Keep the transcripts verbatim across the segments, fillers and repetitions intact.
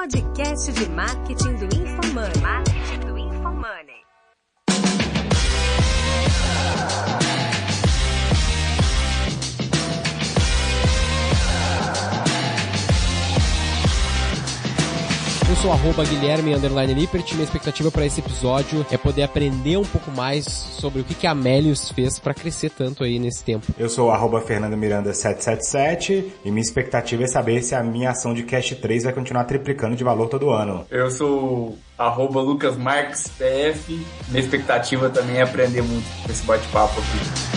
podcast de marketing do InfoMoney. Marketing do InfoMoney. Eu sou arroba Guilherme underline Lippert. Minha expectativa para esse episódio é poder aprender um pouco mais sobre o que, que a Melius fez para crescer tanto aí nesse tempo. Eu sou arroba Fernando Miranda sete sete sete e minha expectativa é saber se a minha ação de Cash três vai continuar triplicando de valor todo ano. Eu sou arroba Lucas Marques P F. Minha expectativa também é aprender muito com esse bate-papo aqui.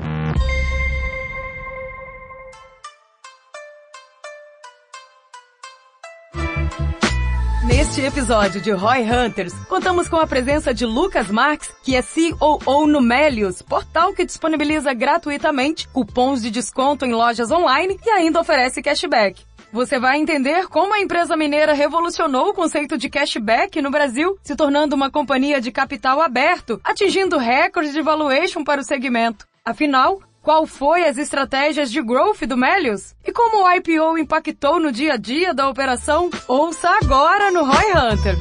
Neste episódio de Roy Hunters, contamos com a presença de Lucas Marques, que é C O O no Melius, portal que disponibiliza gratuitamente cupons de desconto em lojas online e ainda oferece cashback. Você vai entender como a empresa mineira revolucionou o conceito de cashback no Brasil, se tornando uma companhia de capital aberto, atingindo recordes de valuation para o segmento. Afinal, qual foi as estratégias de growth do Melius? E como o I P O impactou no dia a dia da operação? Ouça agora no Roy Hunter.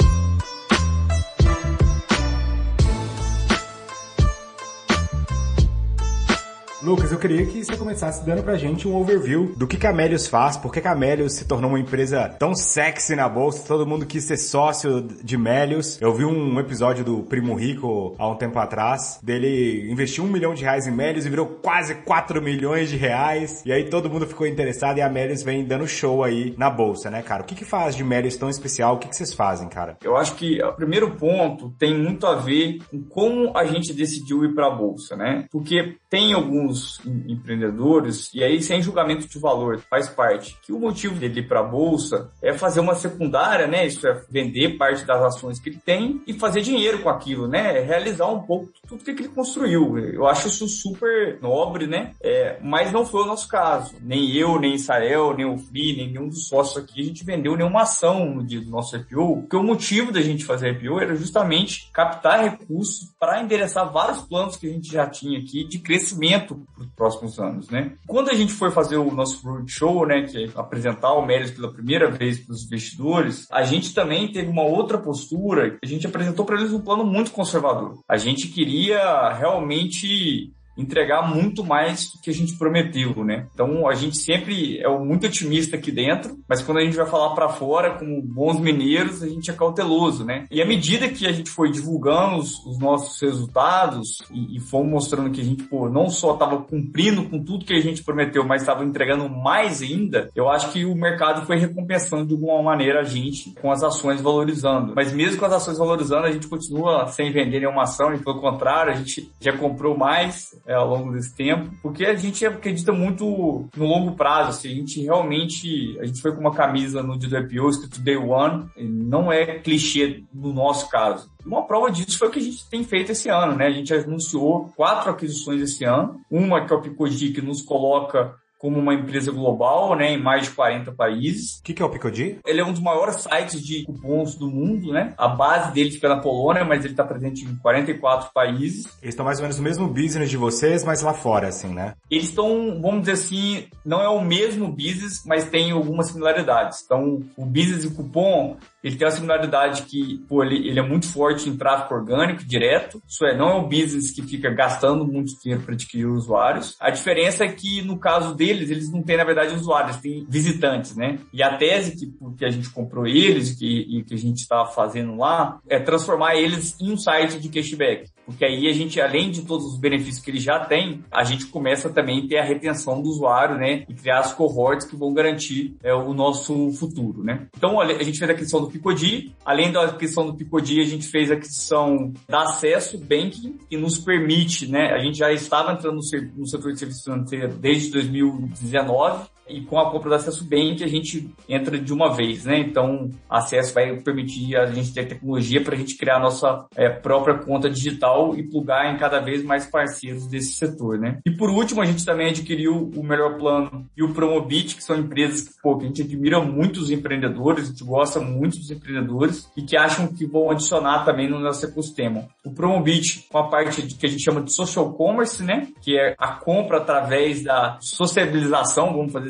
Lucas, eu queria que você começasse dando pra gente um overview do que, que a Melius faz, por que, que a Melius se tornou uma empresa tão sexy na bolsa, todo mundo quis ser sócio de Melius. Eu vi um episódio do Primo Rico há um tempo atrás, dele investiu um milhão de reais em Melius e virou quase quatro milhões de reais, e aí todo mundo ficou interessado e a Melius vem dando show aí na bolsa, né, cara? O que que faz de Melius tão especial? O que que vocês fazem, cara? Eu acho que o primeiro ponto tem muito a ver com como a gente decidiu ir pra bolsa, né? Porque tem alguns empreendedores, e aí sem julgamento de valor, faz parte, que o motivo dele ir para a bolsa é fazer uma secundária, né? Isso é vender parte das ações que ele tem e fazer dinheiro com aquilo, né? Realizar um pouco tudo que ele construiu. Eu acho isso super nobre, né? É, mas não foi o nosso caso. Nem eu, nem Israel, nem o Free, nem nenhum dos sócios aqui, a gente vendeu nenhuma ação no dia do nosso I P O, porque o motivo da gente fazer I P O era justamente captar recursos para endereçar vários planos que a gente já tinha aqui de crescimento para os próximos anos, né? Quando a gente foi fazer o nosso roadshow, né, que é apresentar o Melius pela primeira vez para os investidores, a gente também teve uma outra postura. A gente apresentou para eles um plano muito conservador. A gente queria realmente entregar muito mais do que a gente prometeu, né? Então, a gente sempre é muito otimista aqui dentro, mas quando a gente vai falar para fora, como bons mineiros, a gente é cauteloso, né? E à medida que a gente foi divulgando os, os nossos resultados e, e fomos mostrando que a gente, pô, não só estava cumprindo com tudo que a gente prometeu, mas estava entregando mais ainda, eu acho que o mercado foi recompensando de alguma maneira a gente com as ações valorizando. Mas mesmo com as ações valorizando, a gente continua sem vender nenhuma ação, e pelo contrário, a gente já comprou mais É, ao longo desse tempo, porque a gente acredita muito no longo prazo, assim, a gente realmente, a gente foi com uma camisa no dia do I P O escrito Day One, não é clichê no nosso caso. Uma prova disso foi o que a gente tem feito esse ano, né? A gente anunciou quatro aquisições esse ano, uma que é o Picodi, que nos coloca como uma empresa global, né, em mais de quarenta países. O que, que é o Picodi? Ele é um dos maiores sites de cupons do mundo, né? A base dele fica na Polônia, mas ele está presente em quarenta e quatro países. Eles estão mais ou menos no mesmo business de vocês, mas lá fora, assim, né? Eles estão, vamos dizer assim, não é o mesmo business, mas tem algumas similaridades. Então, o business de cupom, ele tem uma similaridade que, pô, ele, ele é muito forte em tráfego orgânico, direto. Isso é, não é um business que fica gastando muito dinheiro para adquirir usuários. A diferença é que, no caso deles, eles não têm, na verdade, usuários, têm visitantes, né? E a tese que, que a gente comprou eles que, e que a gente está fazendo lá é transformar eles em um site de cashback. Porque aí a gente, além de todos os benefícios que eles já têm, a gente começa também a ter a retenção do usuário, né? E criar as cohorts que vão garantir é, o nosso futuro, né? Então, a gente fez a aquisição do Picodi. Além da aquisição do Picodi, a gente fez a aquisição da Acesso Banking, que nos permite, né? A gente já estava entrando no, no setor de serviços financeiros desde dois mil e dezenove. E com a compra do Acesso Bank, a gente entra de uma vez, né? Então, Acesso vai permitir a gente ter tecnologia para a gente criar a nossa é, própria conta digital e plugar em cada vez mais parceiros desse setor, né? E por último, a gente também adquiriu o Melhor Plano e o Promobit, que são empresas que, pô, que a gente admira muito os empreendedores, a gente gosta muito dos empreendedores e que acham que vão adicionar também no nosso ecossistema. O Promobit, com a parte de, que a gente chama de social commerce, né? Que é a compra através da sociabilização, vamos fazer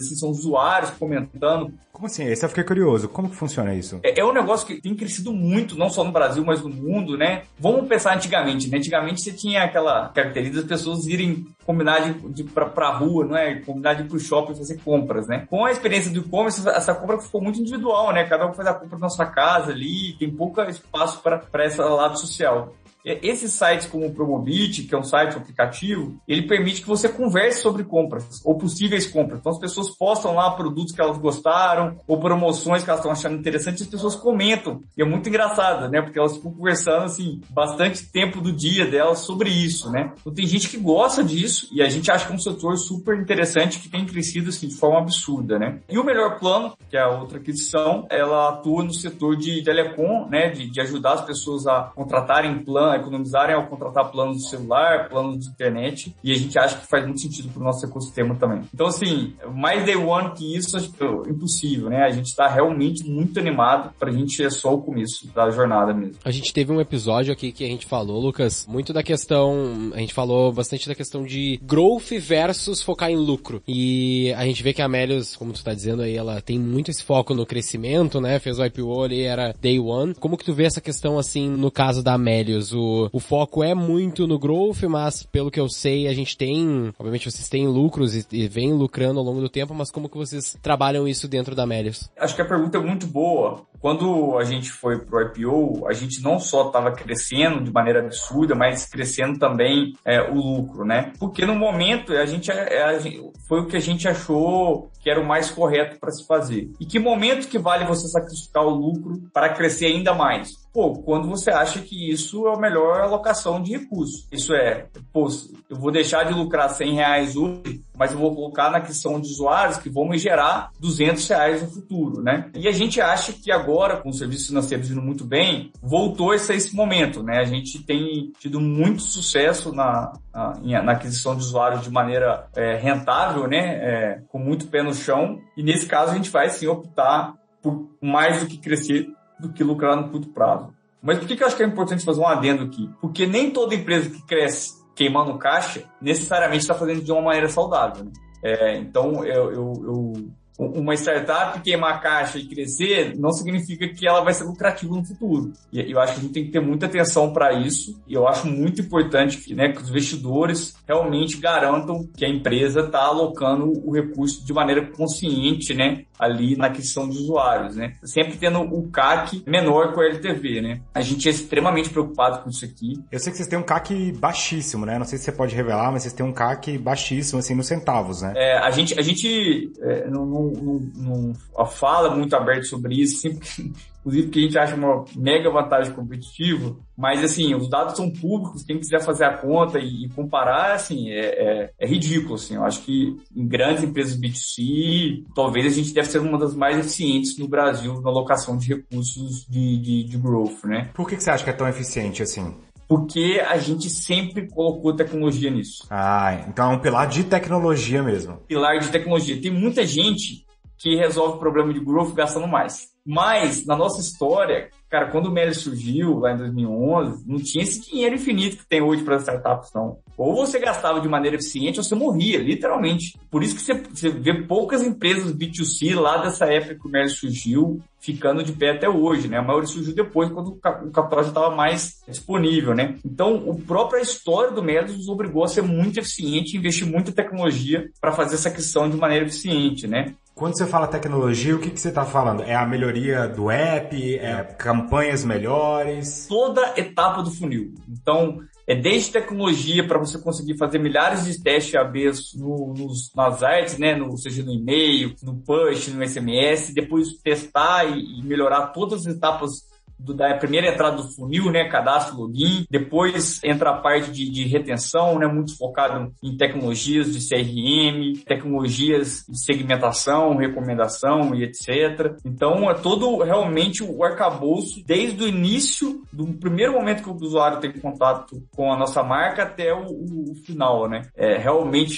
assim, são usuários comentando. Como assim? Esse eu fiquei curioso. Como que funciona isso? É, é um negócio que tem crescido muito, não só no Brasil, mas no mundo, né? Vamos pensar antigamente, né? Antigamente você tinha aquela característica das pessoas irem combinar de, de pra, pra rua, não é? Combinar de ir pro shopping fazer compras, né? Com a experiência do e-commerce, essa compra ficou muito individual, né? Cada um faz a compra na sua casa ali, tem pouco espaço para esse lado social. Esses sites como o Promobit, que é um site, um aplicativo, ele permite que você converse sobre compras, ou possíveis compras. Então as pessoas postam lá produtos que elas gostaram, ou promoções que elas estão achando interessantes, e as pessoas comentam. E é muito engraçado, né? Porque elas ficam conversando, assim, bastante tempo do dia delas sobre isso, né? Então tem gente que gosta disso, e a gente acha que é um setor super interessante, que tem crescido, assim, de forma absurda, né? E o Melhor Plano, que é a outra aquisição, ela atua no setor de telecom, né? De, de ajudar as pessoas a contratarem plano, economizarem ao contratar planos de celular, planos de internet, e a gente acha que faz muito sentido para o nosso ecossistema também. Então, assim, mais day one que isso, acho que é impossível, né? A gente está realmente muito animado, para a gente é só o começo da jornada mesmo. A gente teve um episódio aqui que a gente falou, Lucas, muito da questão, a gente falou bastante da questão de growth versus focar em lucro. E a gente vê que a Melius, como tu tá dizendo aí, ela tem muito esse foco no crescimento, né? Fez o I P O ali, era day one. Como que tu vê essa questão, assim, no caso da Melius? O O foco é muito no growth, mas pelo que eu sei, a gente tem, obviamente vocês têm lucros e, e vêm lucrando ao longo do tempo, mas como que vocês trabalham isso dentro da Melius? Acho que a pergunta é muito boa. Quando a gente foi pro I P O, a gente não só estava crescendo de maneira absurda, mas crescendo também é, o lucro, né? Porque no momento a gente, é, a gente foi o que a gente achou que era o mais correto para se fazer. E que momento que vale você sacrificar o lucro para crescer ainda mais? Pô, quando você acha que isso é a melhor alocação de recursos. Isso é, pô, eu vou deixar de lucrar cem reais hoje, mas eu vou colocar na aquisição de usuários que vão me gerar duzentos reais no futuro, né? E a gente acha que agora, com os serviços financeiros indo muito bem, voltou a esse momento, né? A gente tem tido muito sucesso na, na, na aquisição de usuários de maneira é, rentável, né? É, com muito pé no chão. E nesse caso a gente vai sim optar por mais do que crescer do que lucrar no curto prazo. Mas por que que eu acho que é importante fazer um adendo aqui? Porque nem toda empresa que cresce queimando caixa necessariamente está fazendo de uma maneira saudável, né? É, então, eu, eu, eu, uma startup queimar caixa e crescer não significa que ela vai ser lucrativa no futuro. E eu acho que a gente tem que ter muita atenção para isso. E eu acho muito importante que, né, que os investidores realmente garantam que a empresa está alocando o recurso de maneira consciente, né, ali na aquisição de usuários, né? Sempre tendo o C A C menor que o L T V, né? A gente é extremamente preocupado com isso aqui. Eu sei que vocês têm um C A C baixíssimo, né? Não sei se você pode revelar, mas vocês têm um C A C baixíssimo, assim, nos centavos, né? É, a gente, a gente é, não, não, não, não fala muito aberto sobre isso, sempre, inclusive porque a gente acha uma mega vantagem competitiva, mas, assim, os dados são públicos, quem quiser fazer a conta e, e comparar, assim, é, é, é ridículo, assim. Eu acho que em grandes empresas B dois C, talvez a gente deve ser uma das mais eficientes no Brasil na alocação de recursos de, de, de growth, né? Por que que você acha que é tão eficiente assim? Porque a gente sempre colocou tecnologia nisso. Ah, então é um pilar de tecnologia mesmo. Pilar de tecnologia. Tem muita gente que resolve o problema de growth gastando mais. Mas, na nossa história, cara, quando o Melius surgiu, lá em dois mil e onze, não tinha esse dinheiro infinito que tem hoje para as startups, não. Ou você gastava de maneira eficiente, ou você morria, literalmente. Por isso que você, você vê poucas empresas B dois C lá dessa época que o Melius surgiu, ficando de pé até hoje, né? A maioria surgiu depois, quando o capital já estava mais disponível, né? Então, a própria história do Melius nos obrigou a ser muito eficiente, investir muita tecnologia para fazer essa aquisição de maneira eficiente, né? Quando você fala tecnologia, o que que você está falando? É a melhoria do app? É campanhas melhores? Toda etapa do funil. Então, é desde tecnologia para você conseguir fazer milhares de testes A B no, nos, nas artes, né? No, seja no e-mail, no push, no S M S, depois testar e, e melhorar todas as etapas do, da primeira entrada do funil, né, cadastro, login, depois entra a parte de, de retenção, né, muito focado em tecnologias de C R M, tecnologias de segmentação, recomendação e etcétera. Então, é todo realmente o arcabouço, desde o início, do primeiro momento que o usuário tem contato com a nossa marca até o, o final, né. É realmente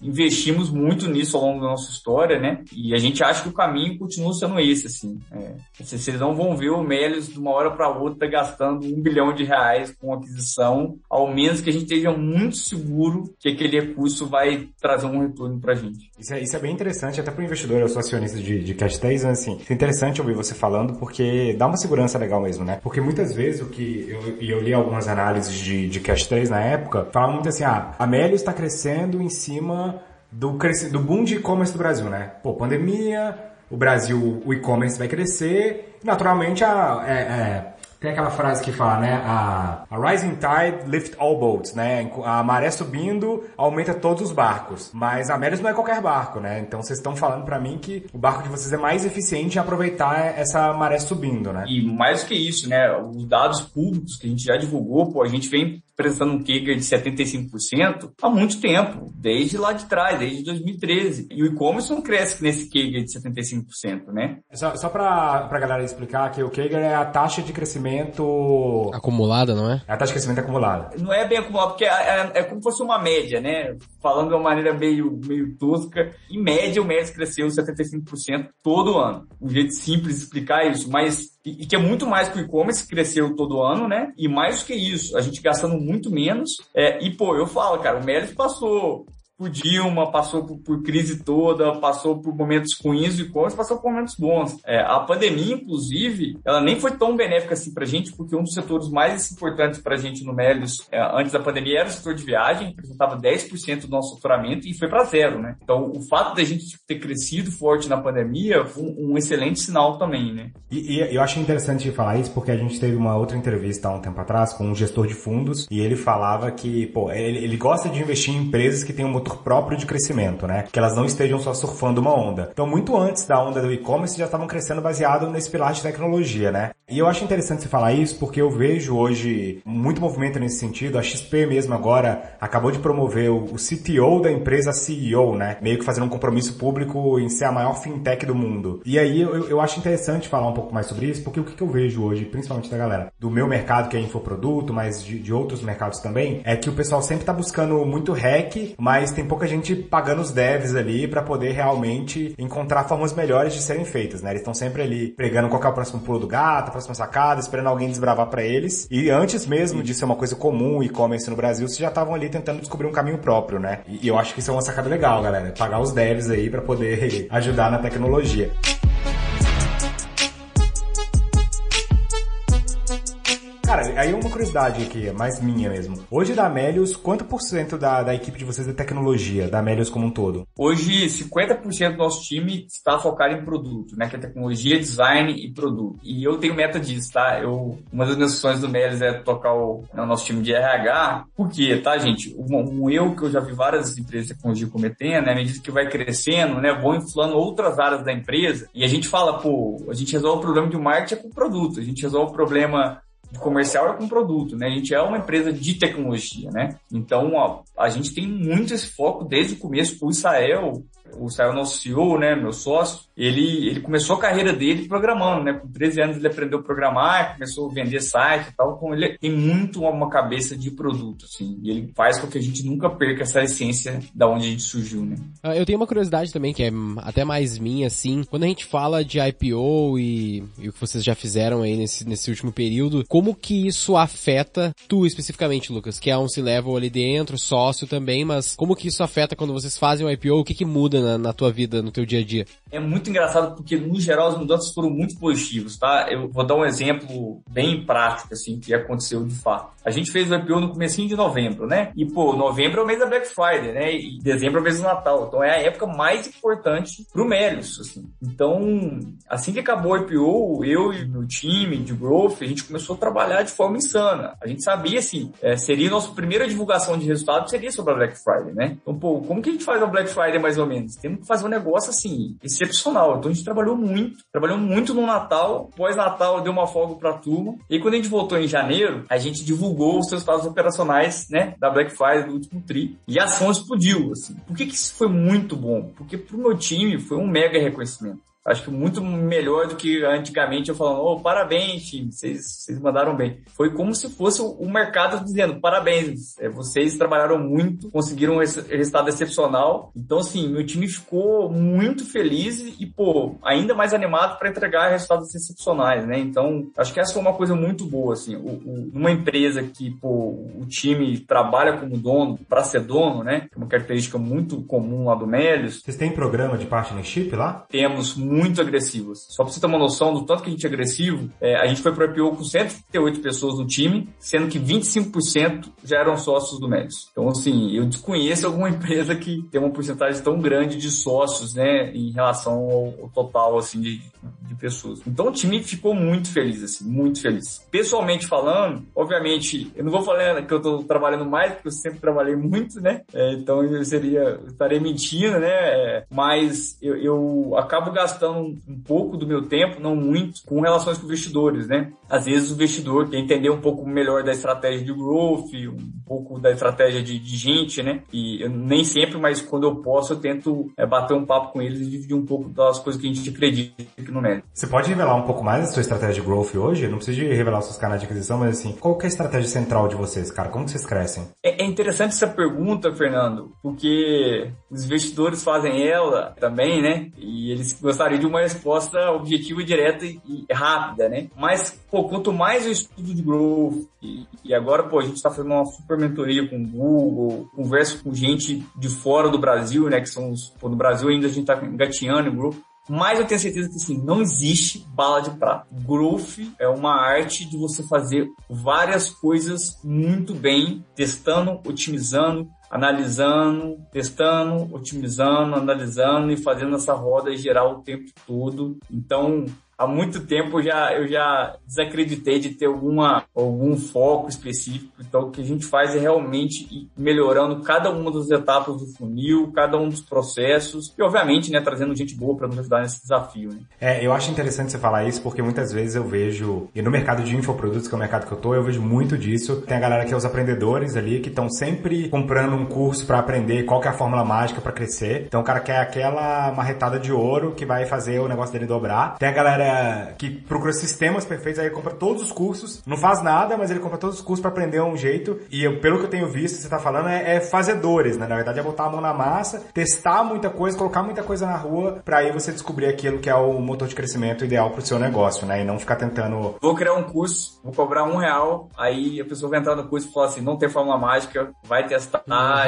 investimos muito nisso ao longo da nossa história, né? E a gente acha que o caminho continua sendo esse, assim. É, vocês não vão ver o Melius de uma hora para outra gastando um bilhão de reais com aquisição, ao menos que a gente esteja muito seguro que aquele recurso vai trazer um retorno pra gente. Isso é, isso é bem interessante, até para o investidor, eu sou acionista de, de Cash três, assim, é interessante ouvir você falando, porque dá uma segurança legal mesmo, né? Porque muitas vezes o que eu, eu li algumas análises de, de Cash três na época, falavam muito assim, ah, a Melius está crescendo em cima do, do boom de e-commerce do Brasil, né? Pô, pandemia, o Brasil, o e-commerce vai crescer, e naturalmente a... É, é, tem aquela frase que fala, né, a, a rising tide lift all boats, né, a maré subindo aumenta todos os barcos, mas a Melius não é qualquer barco, né, então vocês estão falando pra mim que o barco de vocês é mais eficiente em aproveitar essa maré subindo, né. E mais do que isso, né, os dados públicos que a gente já divulgou, pô, a gente vem apresentando um C A G R de setenta e cinco por cento há muito tempo, desde lá de trás, desde dois mil e treze. E o e-commerce não cresce nesse C A G R de setenta e cinco por cento, né? Só, só pra, pra galera explicar que o C A G R é a taxa de crescimento... Acumulada, não é? É a taxa de crescimento acumulada. Não é bem acumulada, porque é, é, é como se fosse uma média, né? Falando de uma maneira meio, meio tosca, em média o Melius cresceu setenta e cinco por cento todo ano. Um jeito simples de explicar isso, mas... E que é muito mais que o e-commerce, que cresceu todo ano, né? E mais do que isso, a gente gastando muito menos. É, e, pô, eu falo, cara, o Melius passou por Dilma, passou por, por crise toda, passou por momentos ruins do e-commerce, passou por momentos bons. É, a pandemia, inclusive, ela nem foi tão benéfica assim pra gente, porque um dos setores mais importantes pra gente no Melius, é, antes da pandemia, era o setor de viagem, representava dez por cento do nosso faturamento e foi pra zero, né? Então, o fato da gente ter crescido forte na pandemia foi um, um excelente sinal também, né? E, e eu acho interessante falar isso, porque a gente teve uma outra entrevista há um tempo atrás com um gestor de fundos, e ele falava que, pô, ele, ele gosta de investir em empresas que têm um motor próprio de crescimento, né? Que elas não estejam só surfando uma onda. Então, muito antes da onda do e-commerce, já estavam crescendo baseado nesse pilar de tecnologia, né? E eu acho interessante você falar isso, porque eu vejo hoje muito movimento nesse sentido. A X P mesmo agora acabou de promover o C T O da empresa C E O, né? Meio que fazendo um compromisso público em ser a maior fintech do mundo. E aí, eu, eu acho interessante falar um pouco mais sobre isso, porque o que, que eu vejo hoje, principalmente da galera, do meu mercado, que é infoproduto, mas de, de outros mercados também, é que o pessoal sempre tá buscando muito hack, mas tem pouca gente pagando os devs ali para poder realmente encontrar formas melhores de serem feitas, né? Eles estão sempre ali pregando qual que é o próximo pulo do gato, a próxima sacada, esperando alguém desbravar para eles. E antes mesmo de ser uma coisa comum, o e-commerce no Brasil, vocês já estavam ali tentando descobrir um caminho próprio, né? E eu acho que isso é uma sacada legal, galera. Pagar os devs aí para poder ajudar na tecnologia. Cara, aí uma curiosidade aqui, mais minha mesmo. Hoje da Melius, quanto por cento da, da equipe de vocês é tecnologia, da Melius como um todo? Hoje, cinquenta por cento do nosso time está focado em produto, né? Que é tecnologia, design e produto. E eu tenho meta disso, tá? Eu, uma das minhas funções do Melius é tocar o, né, o nosso time de R H. Por quê, tá, gente? Um, um erro que eu já vi várias empresas de tecnologia cometendo, né? À medida que vai crescendo, né? Vão inflando outras áreas da empresa. E a gente fala, pô, a gente resolve o problema de marketing é com produto. A gente resolve o problema de comercial é com produto, né? A gente é uma empresa de tecnologia, né? Então, ó, a gente tem muito esse foco desde o começo. O Israel, o Israel, nosso C E O, né, meu sócio, ele, ele começou a carreira dele programando, né? Com treze anos ele aprendeu a programar, começou a vender site e tal. Então, ele tem muito uma cabeça de produto, assim. E ele faz com que a gente nunca perca essa essência da onde a gente surgiu, né? Eu tenho uma curiosidade também, que é até mais minha, assim. Quando a gente fala de I P O e, e o que vocês já fizeram aí nesse, nesse último período, como que isso afeta tu especificamente, Lucas? Que é um C-Level ali dentro, sócio também, mas como que isso afeta quando vocês fazem o I P O? O que que muda na, na tua vida, no teu dia a dia? É muito engraçado porque, no geral, as mudanças foram muito positivas, tá? Eu vou dar um exemplo bem prático, assim, que aconteceu de fato. A gente fez o I P O no comecinho de novembro, né? E, pô, novembro é o mês da Black Friday, né? E dezembro é o mês do Natal. Então, é a época mais importante pro Melius, assim. Então, assim que acabou o I P O, eu e meu time de growth, a gente começou a trabalhar de forma insana. A gente sabia, assim, é, seria a nossa primeira divulgação de resultado, seria sobre a Black Friday, né? Então, pô, como que a gente faz a Black Friday mais ou menos? Temos que fazer um negócio, assim, excepcional. Então, a gente trabalhou muito, trabalhou muito no Natal. Pós-Natal, deu uma folga pra turma. E quando a gente voltou em janeiro, a gente divulgou os resultados operacionais, né, da Black Friday do último tri. E a ação explodiu, assim. Por que que isso foi muito bom? Porque pro meu time foi um mega reconhecimento. Acho que muito melhor do que antigamente eu falando, oh, parabéns, time, vocês, vocês mandaram bem. Foi como se fosse o mercado dizendo, parabéns, vocês trabalharam muito, conseguiram um resultado excepcional. Então, assim, meu time ficou muito feliz e, pô, ainda mais animado para entregar resultados excepcionais, né? Então, acho que essa foi uma coisa muito boa, assim. O, o, uma empresa que, pô, o time trabalha como dono, para ser dono, né? Que é uma característica muito comum lá do Melius. Vocês têm programa de partnership lá? Temos, muito agressivos. Só pra você ter uma noção do tanto que a gente é agressivo, é, a gente foi pro I P O com cento e trinta e oito pessoas no time, sendo que vinte e cinco por cento já eram sócios do Melius. Então, assim, eu desconheço alguma empresa que tem uma porcentagem tão grande de sócios, né, em relação ao, ao total, assim, de, de pessoas. Então, o time ficou muito feliz, assim, muito feliz. Pessoalmente falando, obviamente, eu não vou falar que eu tô trabalhando mais, porque eu sempre trabalhei muito, né, é, então eu seria, eu estaria mentindo, né, é, mas eu, eu acabo gastando um, um pouco do meu tempo, não muito, com relações com investidores, né. Às vezes o investidor quer entender um pouco melhor da estratégia de growth, um pouco da estratégia de, de gente, né, e eu, nem sempre, mas quando eu posso, eu tento é, bater um papo com eles e dividir um pouco das coisas que a gente acredita aqui no Melius. Você pode revelar um pouco mais da sua estratégia de growth hoje? Não precisa de revelar os seus canais de aquisição, mas assim, qual que é a estratégia central de vocês, cara? Como que vocês crescem? É, é interessante essa pergunta, Fernando, porque os investidores fazem ela também, né, e eles gostariam de uma resposta objetiva, direta e, e rápida, né, mas, pô, quanto mais eu estudo de growth, e, e agora, pô, a gente tá fazendo uma super mentoria com o Google, converso com gente de fora do Brasil, né, que são os, pô, no Brasil ainda a gente tá engatinhando em growth, mas eu tenho certeza que, assim, não existe bala de prata. Growth é uma arte de você fazer várias coisas muito bem, testando, otimizando, analisando, testando, otimizando, analisando e fazendo essa roda geral o tempo todo. Então, há muito tempo eu já, eu já desacreditei de ter alguma, algum foco específico. Então, o que a gente faz é realmente ir melhorando cada uma das etapas do funil, cada um dos processos e, obviamente, né, trazendo gente boa para nos ajudar nesse desafio. Né? É, eu acho interessante você falar isso porque muitas vezes eu vejo, e no mercado de infoprodutos, que é o mercado que eu tô, eu vejo muito disso. Tem a galera que é os aprendedores ali, que estão sempre comprando um curso para aprender qual que é a fórmula mágica para crescer. Então, o cara quer aquela marretada de ouro que vai fazer o negócio dele dobrar. Tem a galera que procura sistemas perfeitos, aí compra todos os cursos, não faz nada, mas ele compra todos os cursos para aprender um jeito, e eu, pelo que eu tenho visto, você tá falando, é, é fazedores, né? Na verdade é botar a mão na massa, testar muita coisa, colocar muita coisa na rua, pra aí você descobrir aquilo que é o motor de crescimento ideal pro seu negócio, né? E não ficar tentando... Vou criar um curso, vou cobrar um real, aí a pessoa vai entrar no curso e falar assim, não tem fórmula mágica, vai testar.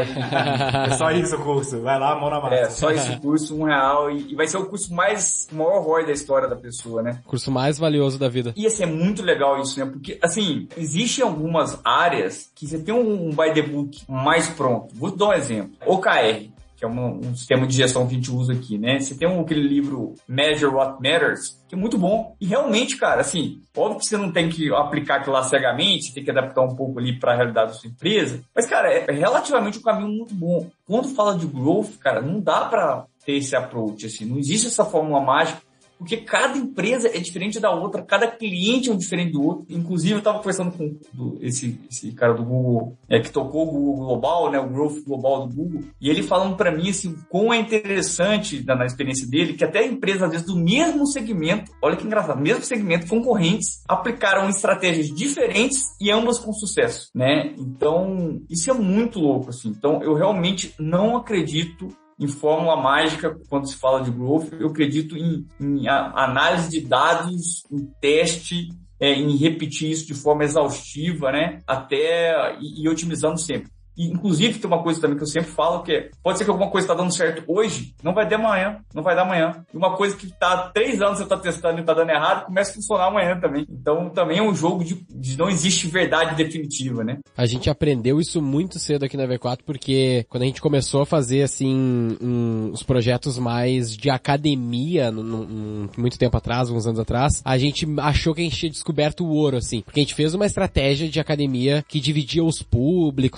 É só isso o curso, vai lá, mão na massa. É, só esse curso, um real, e, e vai ser o curso mais, o maior horror da história da pessoa, né? Curso mais valioso da vida. E assim, é muito legal isso, né? Porque, assim, existem algumas áreas que você tem um, um by the book mais pronto. Vou dar um exemplo. O K R, que é um, um sistema de gestão que a gente usa aqui, né? Você tem um, aquele livro Measure What Matters, que é muito bom. E realmente, cara, assim, óbvio que você não tem que aplicar aquilo lá cegamente, tem que adaptar um pouco ali para a realidade da sua empresa. Mas, cara, é relativamente um caminho muito bom. Quando fala de growth, cara, não dá para ter esse approach, assim. Não existe essa fórmula mágica. Porque cada empresa é diferente da outra, cada cliente é um diferente do outro. Inclusive, eu estava conversando com do, esse, esse cara do Google, é, que tocou o Google Global, né, o Growth Global do Google, e ele falando para mim, assim, como é interessante na, na experiência dele, que até empresas, às vezes, do mesmo segmento, olha que engraçado, mesmo segmento, concorrentes, aplicaram estratégias diferentes e ambas com sucesso, né? Então, isso é muito louco, assim. Então, eu realmente não acredito em fórmula mágica quando se fala de growth. Eu acredito em, em análise de dados, em teste, é, em repetir isso de forma exaustiva, né? Até e, e otimizando sempre. E, inclusive, tem uma coisa também que eu sempre falo, que é, pode ser que alguma coisa está dando certo hoje, não vai dar amanhã, não vai dar amanhã. E uma coisa que está há três anos você está testando e está dando errado, começa a funcionar amanhã também. Então, também é um jogo de, de não existe verdade definitiva, né? A gente aprendeu isso muito cedo aqui na V quatro, porque quando a gente começou a fazer, assim, um, os projetos mais de academia, num, muito tempo atrás, uns anos atrás, a gente achou que a gente tinha descoberto o ouro, assim. Porque a gente fez uma estratégia de academia que dividia os públicos e tal,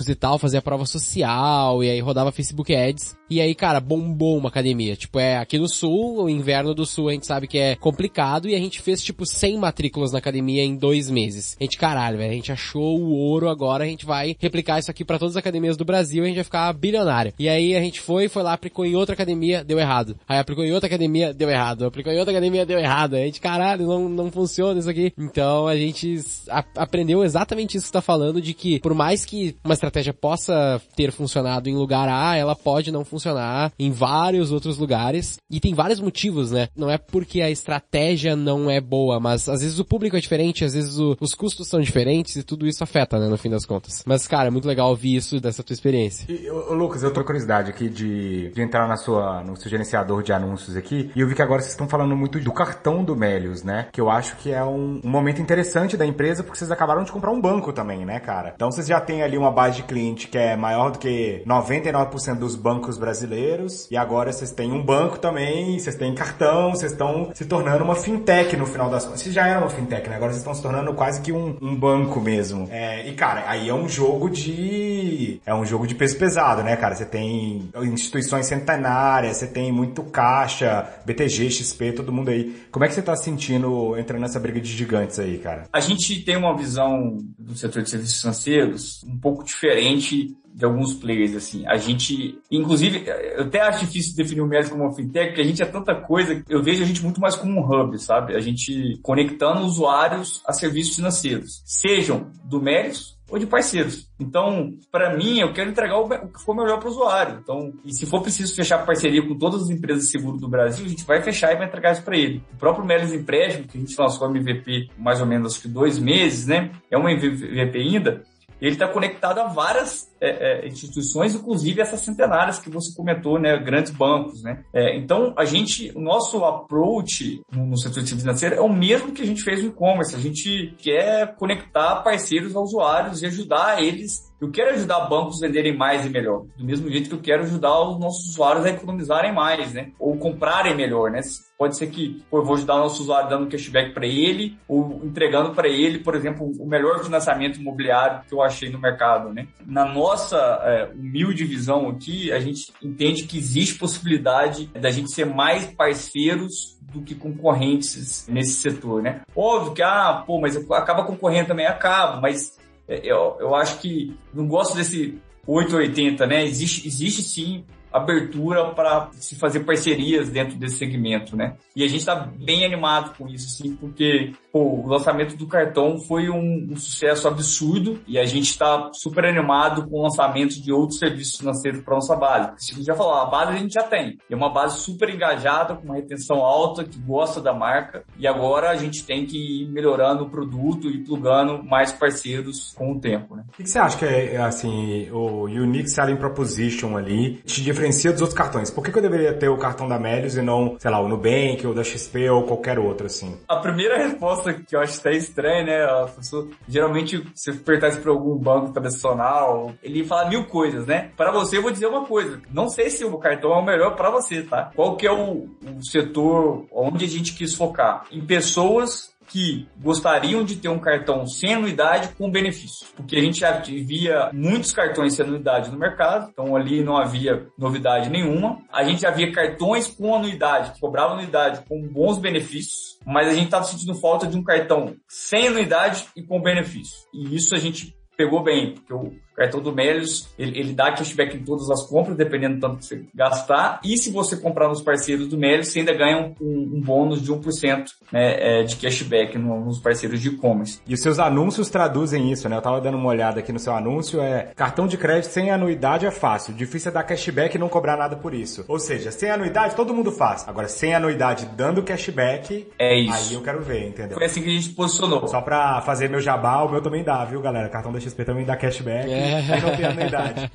fazer a prova social, e aí rodava Facebook Ads, e aí, cara, bombou uma academia. Tipo, é aqui no Sul, o inverno do Sul a gente sabe que é complicado, e a gente fez, tipo, cem matrículas na academia em dois meses. A gente, caralho, velho, a gente achou o ouro, agora a gente vai replicar isso aqui pra todas as academias do Brasil e a gente vai ficar bilionário. E aí a gente foi, foi lá, aplicou em outra academia, deu errado. Aí aplicou em outra academia, deu errado. Aplicou em outra academia, deu errado. A gente, caralho, não, não funciona isso aqui. Então a gente a, aprendeu exatamente isso que você tá falando, de que por mais que uma estratégia possa ter funcionado em lugar A, ela pode não funcionar em vários outros lugares. E tem vários motivos, né? Não é porque a estratégia não é boa, mas às vezes o público é diferente, às vezes o, os custos são diferentes e tudo isso afeta, né, no fim das contas. Mas, cara, é muito legal ouvir isso dessa tua experiência. E, ô, Lucas, eu tô com curiosidade aqui de, de entrar na sua, no seu gerenciador de anúncios aqui, e eu vi que agora vocês estão falando muito do cartão do Melius, né? Que eu acho que é um, um momento interessante da empresa, porque vocês acabaram de comprar um banco também, né, cara? Então vocês já têm ali uma base de cliente que é maior do que noventa e nove por cento dos bancos brasileiros, e agora vocês têm um banco também, vocês têm cartão, vocês estão se tornando uma fintech no final das contas. Vocês já eram uma fintech, né? Agora vocês estão se tornando quase que um, um banco mesmo. É, e, cara, aí é um jogo de... É um jogo de peso pesado, né, cara? Você tem instituições centenárias, você tem muito caixa, B T G, X P, todo mundo aí. Como é que você tá se sentindo entrando nessa briga de gigantes aí, cara? A gente tem uma visão do setor de serviços financeiros um pouco diferente de alguns players, assim. A gente, inclusive, eu até acho difícil definir o Melius como uma fintech, porque a gente é tanta coisa, eu vejo a gente muito mais como um hub, sabe? A gente conectando usuários a serviços financeiros, sejam do Melius ou de parceiros. Então, para mim, eu quero entregar o que for melhor para o usuário. Então, e se for preciso fechar parceria com todas as empresas de seguro do Brasil, a gente vai fechar e vai entregar isso para ele. O próprio Melius Empréstimo, que a gente lançou a M V P mais ou menos acho que dois meses, né? É uma M V P ainda. Ele está conectado a várias é, é, instituições, inclusive essas centenárias que você comentou, né, grandes bancos, né. É, então, a gente, o nosso approach no, no setor de serviço financeiro é o mesmo que a gente fez no e-commerce. A gente quer conectar parceiros a usuários e ajudar eles. Eu quero ajudar bancos a venderem mais e melhor, do mesmo jeito que eu quero ajudar os nossos usuários a economizarem mais, né? Ou comprarem melhor, né? Pode ser que, pô, eu vou ajudar o nosso usuário dando cashback para ele, ou entregando para ele, por exemplo, o melhor financiamento imobiliário que eu achei no mercado, né? Na nossa é, humilde visão aqui, a gente entende que existe possibilidade da gente ser mais parceiros do que concorrentes nesse setor, né? Óbvio que, ah, pô, mas acaba concorrendo também, acaba, mas Eu, eu acho que não gosto desse oito ou oitenta, né? Existe, existe sim abertura para se fazer parcerias dentro desse segmento, né? E a gente está bem animado com isso, sim, porque pô, o lançamento do cartão foi um, um sucesso absurdo e a gente está super animado com o lançamento de outros serviços financeiros para nossa base. A gente já falou, a base a gente já tem. É uma base super engajada, com uma retenção alta, que gosta da marca, e agora a gente tem que ir melhorando o produto e plugando mais parceiros com o tempo, né? O que você acha que é, assim, o Unique Selling Proposition ali te diferencia dos outros cartões? Por que que eu deveria ter o cartão da Melius e não, sei lá, o Nubank, ou da X P, ou qualquer outro, assim? A primeira resposta que eu acho até estranha, né? A pessoa, geralmente, se você perguntasse para algum banco tradicional, ele fala mil coisas, né? Para você, eu vou dizer uma coisa. Não sei se o cartão é o melhor para você, tá? Qual que é o, o setor onde a gente quis focar? Em pessoas que gostariam de ter um cartão sem anuidade com benefício. Porque a gente já via muitos cartões sem anuidade no mercado, então ali não havia novidade nenhuma. A gente já via cartões com anuidade, que cobravam anuidade com bons benefícios, mas a gente estava sentindo falta de um cartão sem anuidade e com benefício. E isso a gente pegou bem, porque o cartão do Melius, ele, ele dá cashback em todas as compras, dependendo do tanto que você gastar. E se você comprar nos parceiros do Melius, você ainda ganha um, um, um bônus de um por cento, né, é, de cashback no, nos parceiros de e-commerce. E os seus anúncios traduzem isso, né? Eu tava dando uma olhada aqui no seu anúncio, é cartão de crédito sem anuidade é fácil. Difícil é dar cashback e não cobrar nada por isso. Ou seja, sem anuidade todo mundo faz. Agora, sem anuidade dando cashback, é isso. Aí eu quero ver, entendeu? Foi assim que a gente posicionou. Só pra fazer meu jabá, o meu também dá, viu, galera? Cartão da X P também dá cashback. É. E não tem anuidade.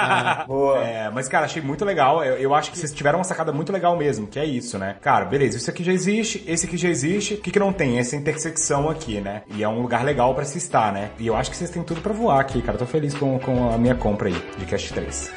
Boa. É, mas, cara, achei muito legal. Eu, eu acho que vocês tiveram uma sacada muito legal mesmo, que é isso, né? Cara, beleza, isso aqui já existe, esse aqui já existe. O que que não tem? Essa intersecção aqui, né? E é um lugar legal pra se estar, né? E eu acho que vocês têm tudo pra voar aqui, cara. Eu tô feliz com, com a minha compra aí, de Cash três.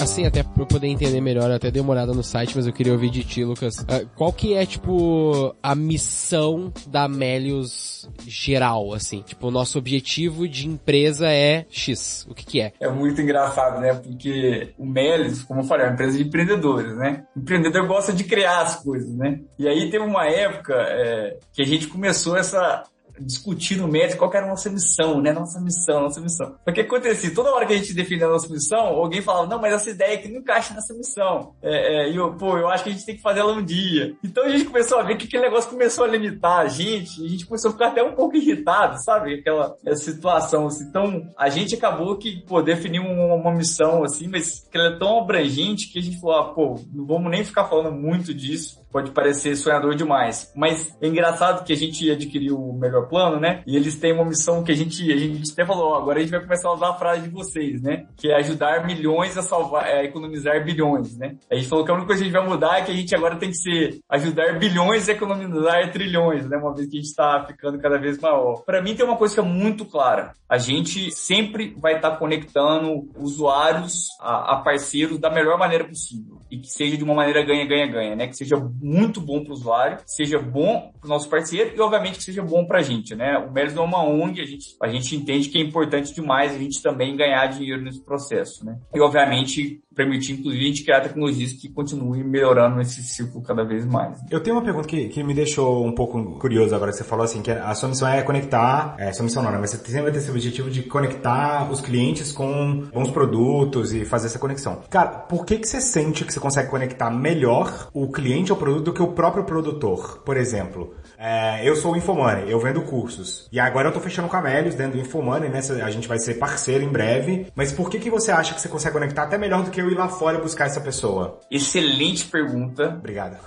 assim, até pra eu poder entender melhor, eu até dei uma olhada no site, mas eu queria ouvir de ti, Lucas. Uh, qual que é, tipo, a missão da Melius geral, assim? Tipo, o nosso objetivo de empresa é X. O que que é? É muito engraçado, né? Porque o Melius, como eu falei, é uma empresa de empreendedores, né? O empreendedor gosta de criar as coisas, né? E aí teve uma época é, que a gente começou essa... discutir no médico qual que era a nossa missão, né? Nossa missão, nossa missão. Porque acontecia, toda hora que a gente definia a nossa missão, alguém falava, não, mas essa ideia aqui não encaixa nessa missão. É, é, e eu, pô, eu acho que a gente tem que fazer ela um dia. Então a gente começou a ver que aquele negócio começou a limitar a gente, e a gente começou a ficar até um pouco irritado, sabe? Aquela situação, assim. Então, a gente acabou que, pô, definiu uma, uma missão, assim, mas que ela é tão abrangente que a gente falou, ah, pô, não vamos nem ficar falando muito disso. Pode parecer sonhador demais. Mas é engraçado que a gente adquiriu o Melhor Plano, né? E eles têm uma missão que a gente, a gente até falou, ó, agora a gente vai começar a usar a frase de vocês, né? Que é ajudar milhões a salvar, a economizar bilhões, né? A gente falou que a única coisa que a gente vai mudar é que a gente agora tem que ser ajudar bilhões a economizar trilhões, né? Uma vez que a gente está ficando cada vez maior. Para mim tem uma coisa que é muito clara. A gente sempre vai estar conectando usuários a, a parceiros da melhor maneira possível. E que seja de uma maneira ganha-ganha-ganha, né? Que seja muito bom para o usuário, seja bom para o nosso parceiro e, obviamente, que seja bom para a gente, né? O Melius não é uma O N G, a gente, a gente entende que é importante demais a gente também ganhar dinheiro nesse processo, né? E, obviamente, permitir, inclusive, a gente criar tecnologias que continuem melhorando esse ciclo cada vez mais. Eu tenho uma pergunta que, que me deixou um pouco curioso agora, que você falou assim, que a sua missão é conectar, é, sua missão não, né? Mas você sempre vai ter esse objetivo de conectar os clientes com bons produtos e fazer essa conexão. Cara, por que que você sente que você consegue conectar melhor o cliente ao produto do que o próprio produtor? Por exemplo, é, eu sou o Infomoney, eu vendo cursos. E agora eu tô fechando com a Melius dentro do Infomoney, né? A gente vai ser parceiro em breve. Mas por que que você acha que você consegue conectar até melhor do que eu ir lá fora buscar essa pessoa? Excelente pergunta. Obrigado.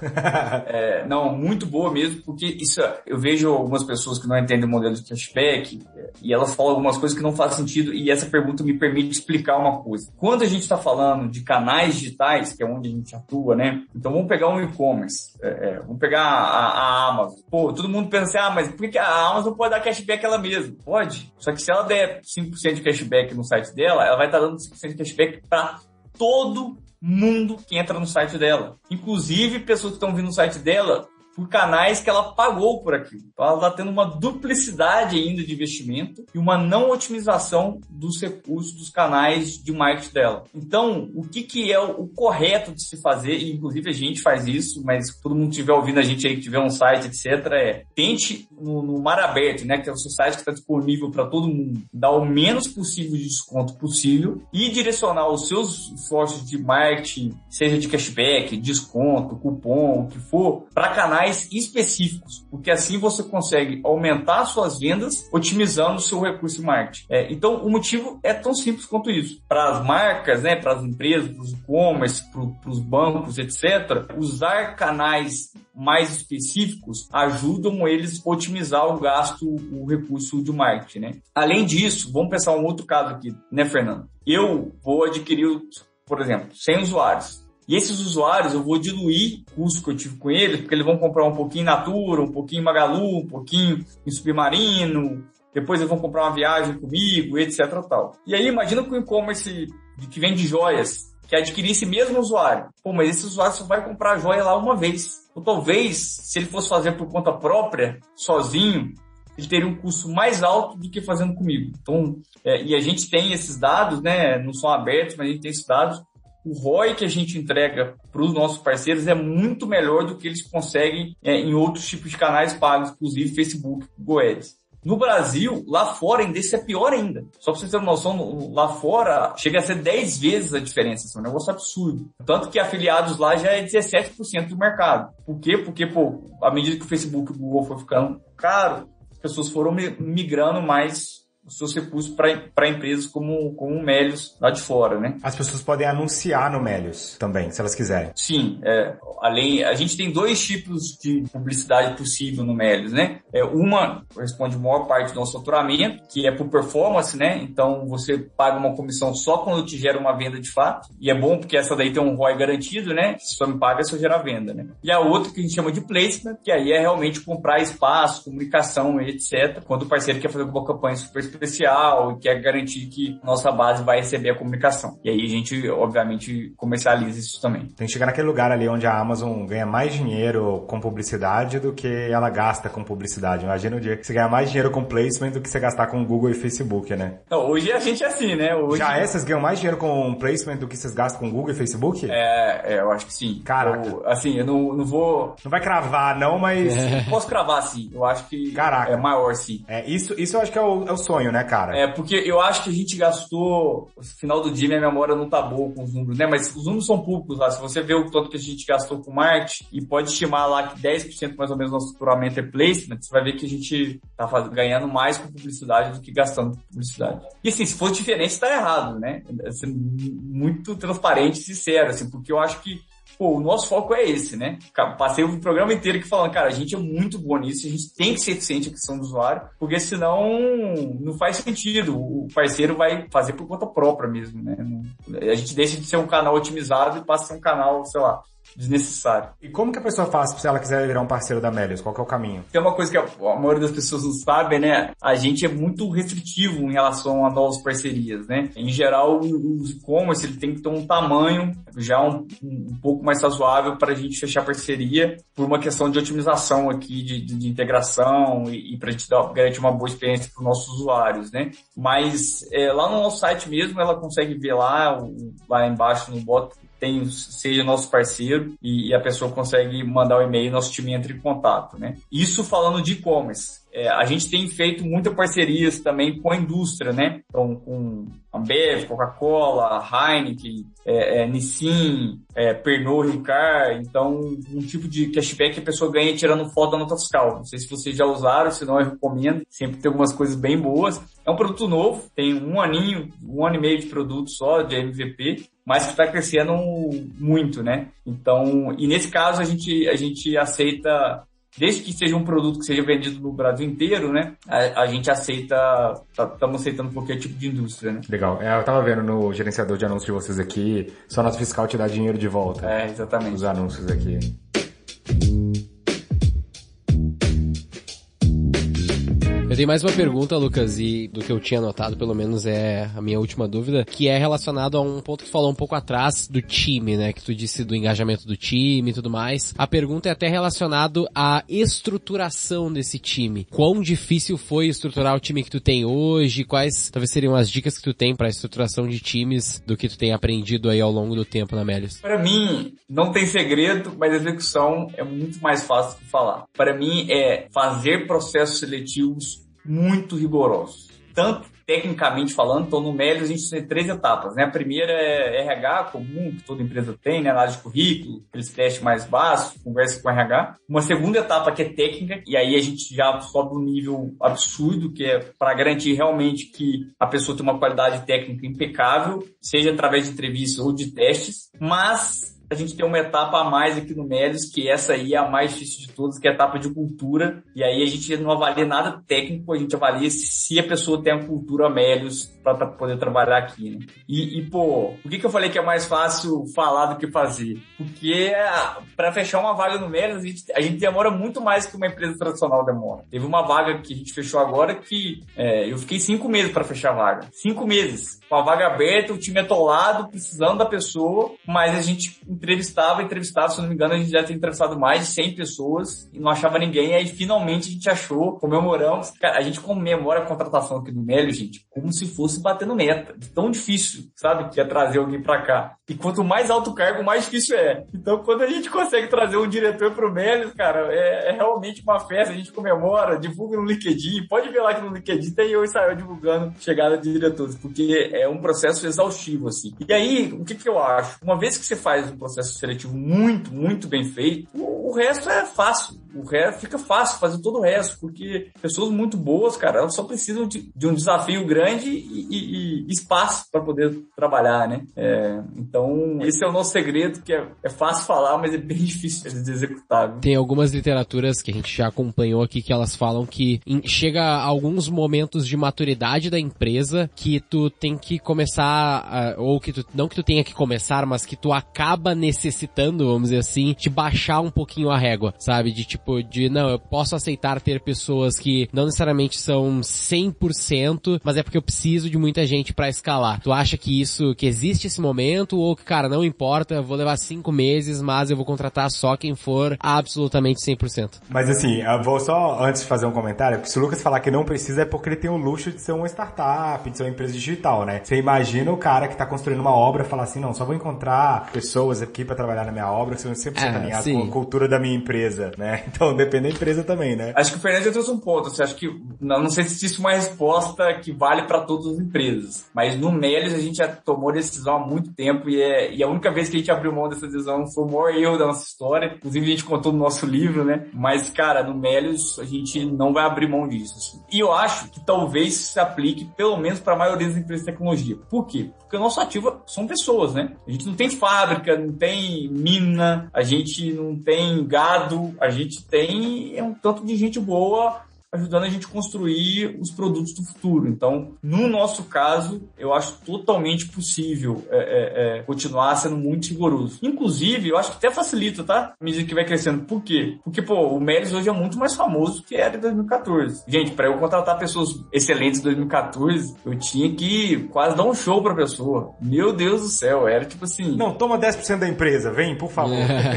é, não, muito boa mesmo, porque isso, eu vejo algumas pessoas que não entendem o modelo de cashback e elas falam algumas coisas que não fazem sentido e essa pergunta me permite explicar uma coisa. Quando a gente está falando de canais digitais, que é onde a gente atua, né? Então vamos pegar um e-commerce, é, é, vamos pegar a, a Amazon. Pô, todo mundo pensa assim, ah, mas por que a Amazon pode dar cashback ela mesma? Pode. Só que se ela der cinco por cento de cashback no site dela, ela vai estar dando cinco por cento de cashback para todo mundo que entra no site dela. Inclusive pessoas que estão vindo no site dela por canais que ela pagou por aquilo. Então ela está tendo uma duplicidade ainda de investimento e uma não otimização dos recursos dos canais de marketing dela. Então, o que, que é o, o correto de se fazer, e inclusive a gente faz isso, mas se todo mundo estiver ouvindo a gente aí, que tiver um site, etcétera, é tente no, no mar aberto, né, que é o seu site que está disponível para todo mundo, dar o menos possível de desconto possível e direcionar os seus esforços de marketing, seja de cashback, desconto, cupom, o que for, para canais específicos, porque assim você consegue aumentar suas vendas otimizando o seu recurso de marketing. É, então, o motivo é tão simples quanto isso. Para as marcas, né, para as empresas, para os e-commerce, para os bancos, etcétera, usar canais mais específicos ajudam eles a otimizar o gasto, o recurso de marketing, né? Além disso, vamos pensar um outro caso aqui, né, Fernando? Eu vou adquirir, por exemplo, cem usuários. E esses usuários eu vou diluir o custo que eu tive com eles, porque eles vão comprar um pouquinho em Natura, um pouquinho em Magalu, um pouquinho em Submarino, depois eles vão comprar uma viagem comigo, etcétera tal. E aí imagina que o e-commerce que vende joias, que adquirir esse mesmo usuário. Pô, mas esse usuário só vai comprar a joia lá uma vez. Ou talvez, se ele fosse fazer por conta própria, sozinho, ele teria um custo mais alto do que fazendo comigo. Então, é, e a gente tem esses dados, né? Não são abertos, mas a gente tem esses dados. O R O I que a gente entrega para os nossos parceiros é muito melhor do que eles conseguem é, em outros tipos de canais pagos, inclusive Facebook, Google Ads. No Brasil, lá fora, ainda isso é pior ainda. Só para vocês terem uma noção, lá fora chega a ser dez vezes a diferença. Isso é um negócio absurdo. Tanto que afiliados lá já é dezessete por cento do mercado. Por quê? Porque, pô, à medida que o Facebook e o Google foi ficando caro, as pessoas foram migrando mais os seus recursos para empresas como, como o Melius lá de fora, né? As pessoas podem anunciar no Melius também, se elas quiserem. Sim, é, além, a gente tem dois tipos de publicidade possível no Melius, né? É, uma corresponde a maior parte do nosso faturamento, que é por performance, né? Então você paga uma comissão só quando te gera uma venda de fato, e é bom porque essa daí tem um R O I garantido, né? Se só me paga, é só gerar venda, né? E a outra que a gente chama de placement, que aí é realmente comprar espaço, comunicação, etcétera, quando o parceiro quer fazer uma campanha super específica especial e quer garantir que nossa base vai receber a comunicação. E aí a gente, obviamente, comercializa isso também. Tem que chegar naquele lugar ali onde a Amazon ganha mais dinheiro com publicidade do que ela gasta com publicidade. Imagina o dia que você ganha mais dinheiro com placement do que você gastar com Google e Facebook, né? Não, hoje a gente é assim, né? Hoje... Já é? Vocês ganham mais dinheiro com placement do que vocês gastam com Google e Facebook? É, é eu acho que sim. Caraca. Eu, assim, eu não, não vou... Não vai cravar, não, mas... É. Posso cravar, sim. Eu acho que Caraca. é maior, sim. É, isso, isso eu acho que é o, é o sonho, né, cara? É, porque eu acho que a gente gastou... No final do dia, minha memória não tá boa com os números, né? Mas os números são públicos lá. Se você vê o tanto que a gente gastou com marketing e pode estimar lá que dez por cento mais ou menos do nosso faturamento é placement, você vai ver que a gente tá faz... ganhando mais com publicidade do que gastando com publicidade. E assim, se for diferente, tá errado, né? Sendo muito transparente e sincero, assim, porque eu acho que pô, o nosso foco é esse, né? Passei o programa inteiro aqui falando, cara, a gente é muito bom nisso, a gente tem que ser eficiente a questão do usuário, porque senão não faz sentido. O parceiro vai fazer por conta própria mesmo, né? A gente deixa de ser um canal otimizado e passa a ser um canal, sei lá, desnecessário. E como que a pessoa faz se ela quiser virar um parceiro da Melius? Qual que é o caminho? Tem uma coisa que a, a maioria das pessoas não sabe, né? A gente é muito restritivo em relação a novas parcerias, né? Em geral, o e-commerce ele tem que ter um tamanho já um, um pouco mais razoável para a gente fechar parceria por uma questão de otimização aqui, de, de, de integração e, e para a gente dar, garantir uma boa experiência para os nossos usuários, né? Mas é, lá no nosso site mesmo, ela consegue ver lá, lá embaixo no botão, tem, seja nosso parceiro e, e a pessoa consegue mandar o e-mail e nosso time entra em contato, né? Isso falando de e-commerce. É, a gente tem feito muitas parcerias também com a indústria, né? Então, com Ambev, Coca-Cola, Heineken, é, é, Nissin, é, Pernod Ricard. Então, um tipo de cashback que a pessoa ganha tirando foto da nota fiscal. Não sei se vocês já usaram, senão eu recomendo. Sempre tem algumas coisas bem boas. É um produto novo, tem um aninho, um ano e meio de produto só, de M V P, mas que está crescendo muito, né? Então, e nesse caso a gente, a gente aceita, desde que seja um produto que seja vendido no Brasil inteiro, né? A, a gente aceita, estamos tá, aceitando qualquer tipo de indústria, né? Legal. É, eu tava vendo no gerenciador de anúncios de vocês aqui, só nota fiscal te dá dinheiro de volta. É, exatamente. Os anúncios aqui. Eu tenho mais uma pergunta, Lucas, e do que eu tinha anotado, pelo menos é a minha última dúvida, que é relacionado a um ponto que tu falou um pouco atrás do time, né, que tu disse do engajamento do time e tudo mais. A pergunta é até relacionado à estruturação desse time. Quão difícil foi estruturar o time que tu tem hoje? Quais talvez seriam as dicas que tu tem para a estruturação de times do que tu tem aprendido aí ao longo do tempo na Melius? Para mim, não tem segredo, mas a execução é muito mais fácil de falar. Para mim, é fazer processos seletivos muito rigorosos. Tanto tecnicamente falando, então no Melius a gente tem três etapas, né? A primeira é R H comum, que toda empresa tem, né? Análise de currículo, aqueles testes mais básicos, conversa com o R H. Uma segunda etapa que é técnica, e aí a gente já sobe um nível absurdo, que é para garantir realmente que a pessoa tem uma qualidade técnica impecável, seja através de entrevistas ou de testes, mas a gente tem uma etapa a mais aqui no Melius, que essa aí é a mais difícil de todas, que é a etapa de cultura. E aí a gente não avalia nada técnico, a gente avalia se a pessoa tem a cultura Melius para poder trabalhar aqui, né? E, e, pô, por que que eu falei que é mais fácil falar do que fazer? Porque para fechar uma vaga no Melius, a gente, a gente demora muito mais que uma empresa tradicional demora. Teve uma vaga que a gente fechou agora que é, eu fiquei cinco meses para fechar a vaga. Cinco meses. Com a vaga aberta, o time atolado, precisando da pessoa, mas a gente entrevistava, entrevistava, se eu não me engano, a gente já tinha entrevistado mais de cem pessoas e não achava ninguém, aí finalmente a gente achou, comemoramos. Cara, a gente comemora a contratação aqui do Melius, gente, como se fosse batendo meta. Tão difícil, sabe, que é trazer alguém pra cá. E quanto mais alto o cargo, mais difícil é. Então, quando a gente consegue trazer um diretor pro Melius, cara, é, é realmente uma festa, a gente comemora, divulga no LinkedIn, pode ver lá que no LinkedIn tem eu e Israel divulgando chegada de diretores, porque é um processo exaustivo, assim. E aí, o que que eu acho? Uma vez que você faz um processo seletivo muito, muito bem feito, o, o resto é fácil. O resto fica fácil fazer todo o resto, porque pessoas muito boas, cara, elas só precisam de, de um desafio grande e, e, e espaço para poder trabalhar, né? É, então, esse é o nosso segredo, que é, é fácil falar, mas é bem difícil de executar. Viu? Tem algumas literaturas que a gente já acompanhou aqui que elas falam que em, chega a alguns momentos de maturidade da empresa que tu tem que começar, uh, ou que tu, não que tu tenha que começar, mas que tu acaba necessitando, vamos dizer assim, de baixar um pouquinho a régua, sabe? De tipo, tipo, de, não, eu posso aceitar ter pessoas que não necessariamente são cem por cento, mas é porque eu preciso de muita gente pra escalar. Tu acha que isso, que existe esse momento, ou que, cara, não importa, eu vou levar cinco meses, mas eu vou contratar só quem for absolutamente cem por cento? Mas assim, eu vou só, antes de fazer um comentário, porque se o Lucas falar que não precisa é porque ele tem o luxo de ser uma startup, de ser uma empresa digital, né? Você imagina o cara que tá construindo uma obra e falar assim, não, só vou encontrar pessoas aqui pra trabalhar na minha obra que são cem por cento ah, alinhadas com a cultura da minha empresa, né? Então depende da empresa também, né? Acho que o Fernando já trouxe um ponto, assim, acho que, não, não sei se existe uma resposta que vale pra todas as empresas, mas no Melios a gente já tomou decisão há muito tempo e, é, e a única vez que a gente abriu mão dessa decisão foi o maior erro da nossa história, inclusive a gente contou no nosso livro, né? Mas, cara, no Melios a gente não vai abrir mão disso, assim. E eu acho que talvez se aplique pelo menos para a maioria das empresas de tecnologia. Por quê? Porque o nosso ativo são pessoas, né? A gente não tem fábrica, não tem mina, a gente não tem gado, a gente tem é um tanto de gente boa ajudando a gente a construir os produtos do futuro. Então, no nosso caso, eu acho totalmente possível é, é, é, continuar sendo muito rigoroso. Inclusive, eu acho que até facilita, tá? À medida que vai crescendo. Por quê? Porque, pô, o Melios hoje é muito mais famoso que era em dois mil e quatorze. Gente, para eu contratar pessoas excelentes em dois mil e quatorze, eu tinha que quase dar um show pra pessoa. Meu Deus do céu, era tipo assim... Não, toma dez por cento da empresa, vem, por favor.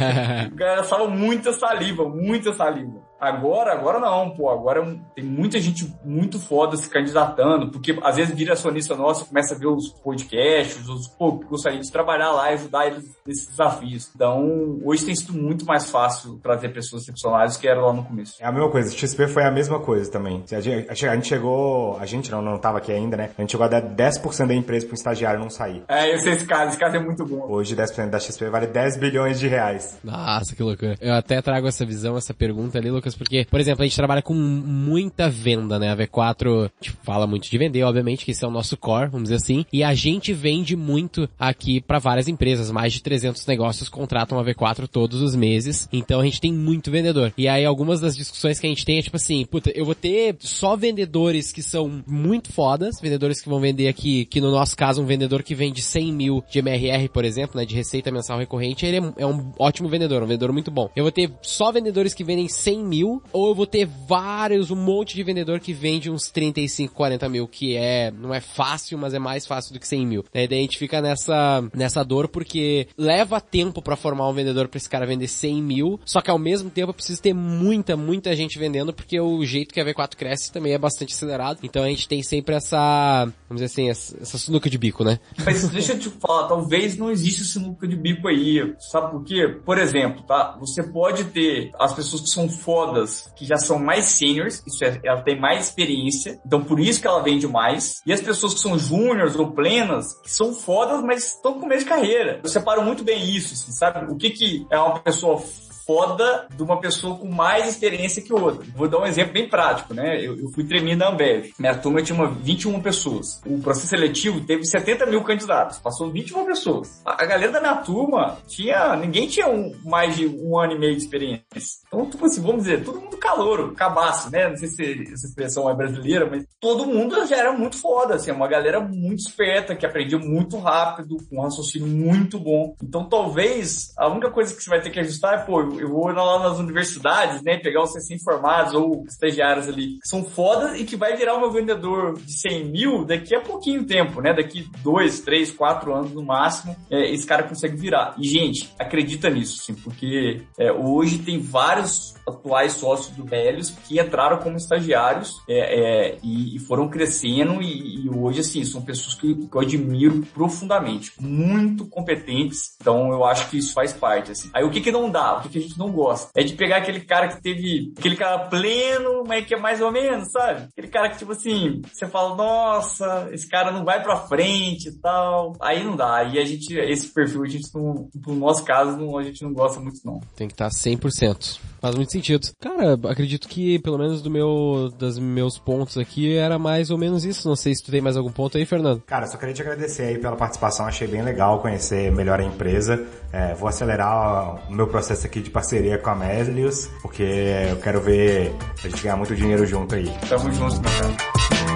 O cara salva muita saliva, muita saliva. Agora, agora não, pô, agora tem muita gente muito foda se candidatando, porque às vezes vira acionista nosso, começa a ver os podcasts, os, pô, gostaria de trabalhar lá e ajudar eles nesses desafios. Então, hoje tem sido muito mais fácil trazer pessoas excepcionais do que era lá no começo. É a mesma coisa, X P foi a mesma coisa também. A gente, a gente chegou, a gente não, não tava aqui ainda, né? A gente chegou a dar dez por cento da empresa para um estagiário não sair. É, eu sei esse caso, esse caso é muito bom. Hoje dez por cento da X P vale dez bilhões de reais. Nossa, que loucura. Eu até trago essa visão, essa pergunta ali, Lucas, porque, por exemplo, a gente trabalha com muita venda, né? A V quatro, a gente fala muito de vender, obviamente, que esse é o nosso core, vamos dizer assim, e a gente vende muito aqui para várias empresas, mais de trezentos negócios contratam a V quatro todos os meses, então a gente tem muito vendedor. E aí algumas das discussões que a gente tem é tipo assim, puta, eu vou ter só vendedores que são muito fodas, vendedores que vão vender aqui, que no nosso caso um vendedor que vende cem mil de M R R, por exemplo, né, de receita mensal recorrente, ele é, é um ótimo vendedor, um vendedor muito bom. Eu vou ter só vendedores que vendem cem mil, ou eu vou ter vários, um monte de vendedor que vende uns trinta e cinco, quarenta mil, que é, não é fácil, mas é mais fácil do que cem mil. Né? Daí a gente fica nessa, nessa dor, porque leva tempo pra formar um vendedor pra esse cara vender cem mil, só que ao mesmo tempo eu preciso ter muita, muita gente vendendo, porque o jeito que a V quatro cresce também é bastante acelerado. Então a gente tem sempre essa, vamos dizer assim, essa, essa sinuca de bico, né? Mas deixa eu te falar, talvez não exista sinuca de bico aí. Sabe por quê? Por exemplo, tá? Você pode ter as pessoas que são fodas, que já são mais seniors, isso é, ela tem mais experiência, então por isso que ela vende mais, e as pessoas que são júniors ou plenas, que são fodas, mas estão com começo de carreira. Eu separo muito bem isso, assim, sabe? O que que é uma pessoa foda de uma pessoa com mais experiência que outra. Vou dar um exemplo bem prático, né? Eu, eu fui treinando na Ambev. Minha turma tinha uma, vinte e uma pessoas. O processo seletivo teve setenta mil candidatos. Passou vinte e uma pessoas. A, a galera da minha turma tinha... Ninguém tinha um, mais de um ano e meio de experiência. Então, tipo assim, vamos dizer, todo mundo calouro, cabaço, né? Não sei se essa expressão é brasileira, mas todo mundo já era muito foda, assim. Uma galera muito esperta, que aprendia muito rápido, com um raciocínio muito bom. Então, talvez, a única coisa que você vai ter que ajustar é, pô, eu vou lá nas universidades, né, pegar os recém-formados ou estagiários ali, que são fodas e que vai virar o meu vendedor de cem mil daqui a pouquinho tempo, né, daqui dois, três, quatro anos no máximo, é, esse cara consegue virar. E, gente, acredita nisso, sim, porque é, hoje tem vários atuais sócios do Melios que entraram como estagiários é, é, e, e foram crescendo e, e hoje, assim, são pessoas que, que eu admiro profundamente, muito competentes, então eu acho que isso faz parte, assim. Aí o que que não dá? O que que a gente não gosta? É de pegar aquele cara que teve, aquele cara pleno, mas que é mais ou menos, sabe? Aquele cara que, tipo assim, você fala, nossa, esse cara não vai pra frente e tal. Aí não dá. Aí a gente, esse perfil, a gente não, no nosso caso, não, a gente não gosta muito, não. Tem que estar cem por cento. Faz muito sentido. Cara, acredito que, pelo menos do meu, dos meus pontos aqui, era mais ou menos isso. Não sei se tu tem mais algum ponto aí, Fernando. Cara, só queria te agradecer aí pela participação. Achei bem legal conhecer melhor a empresa. É, vou acelerar o meu processo aqui de parceria com a Melios, porque eu quero ver a gente ganhar muito dinheiro junto aí. Tamo junto, meu cara.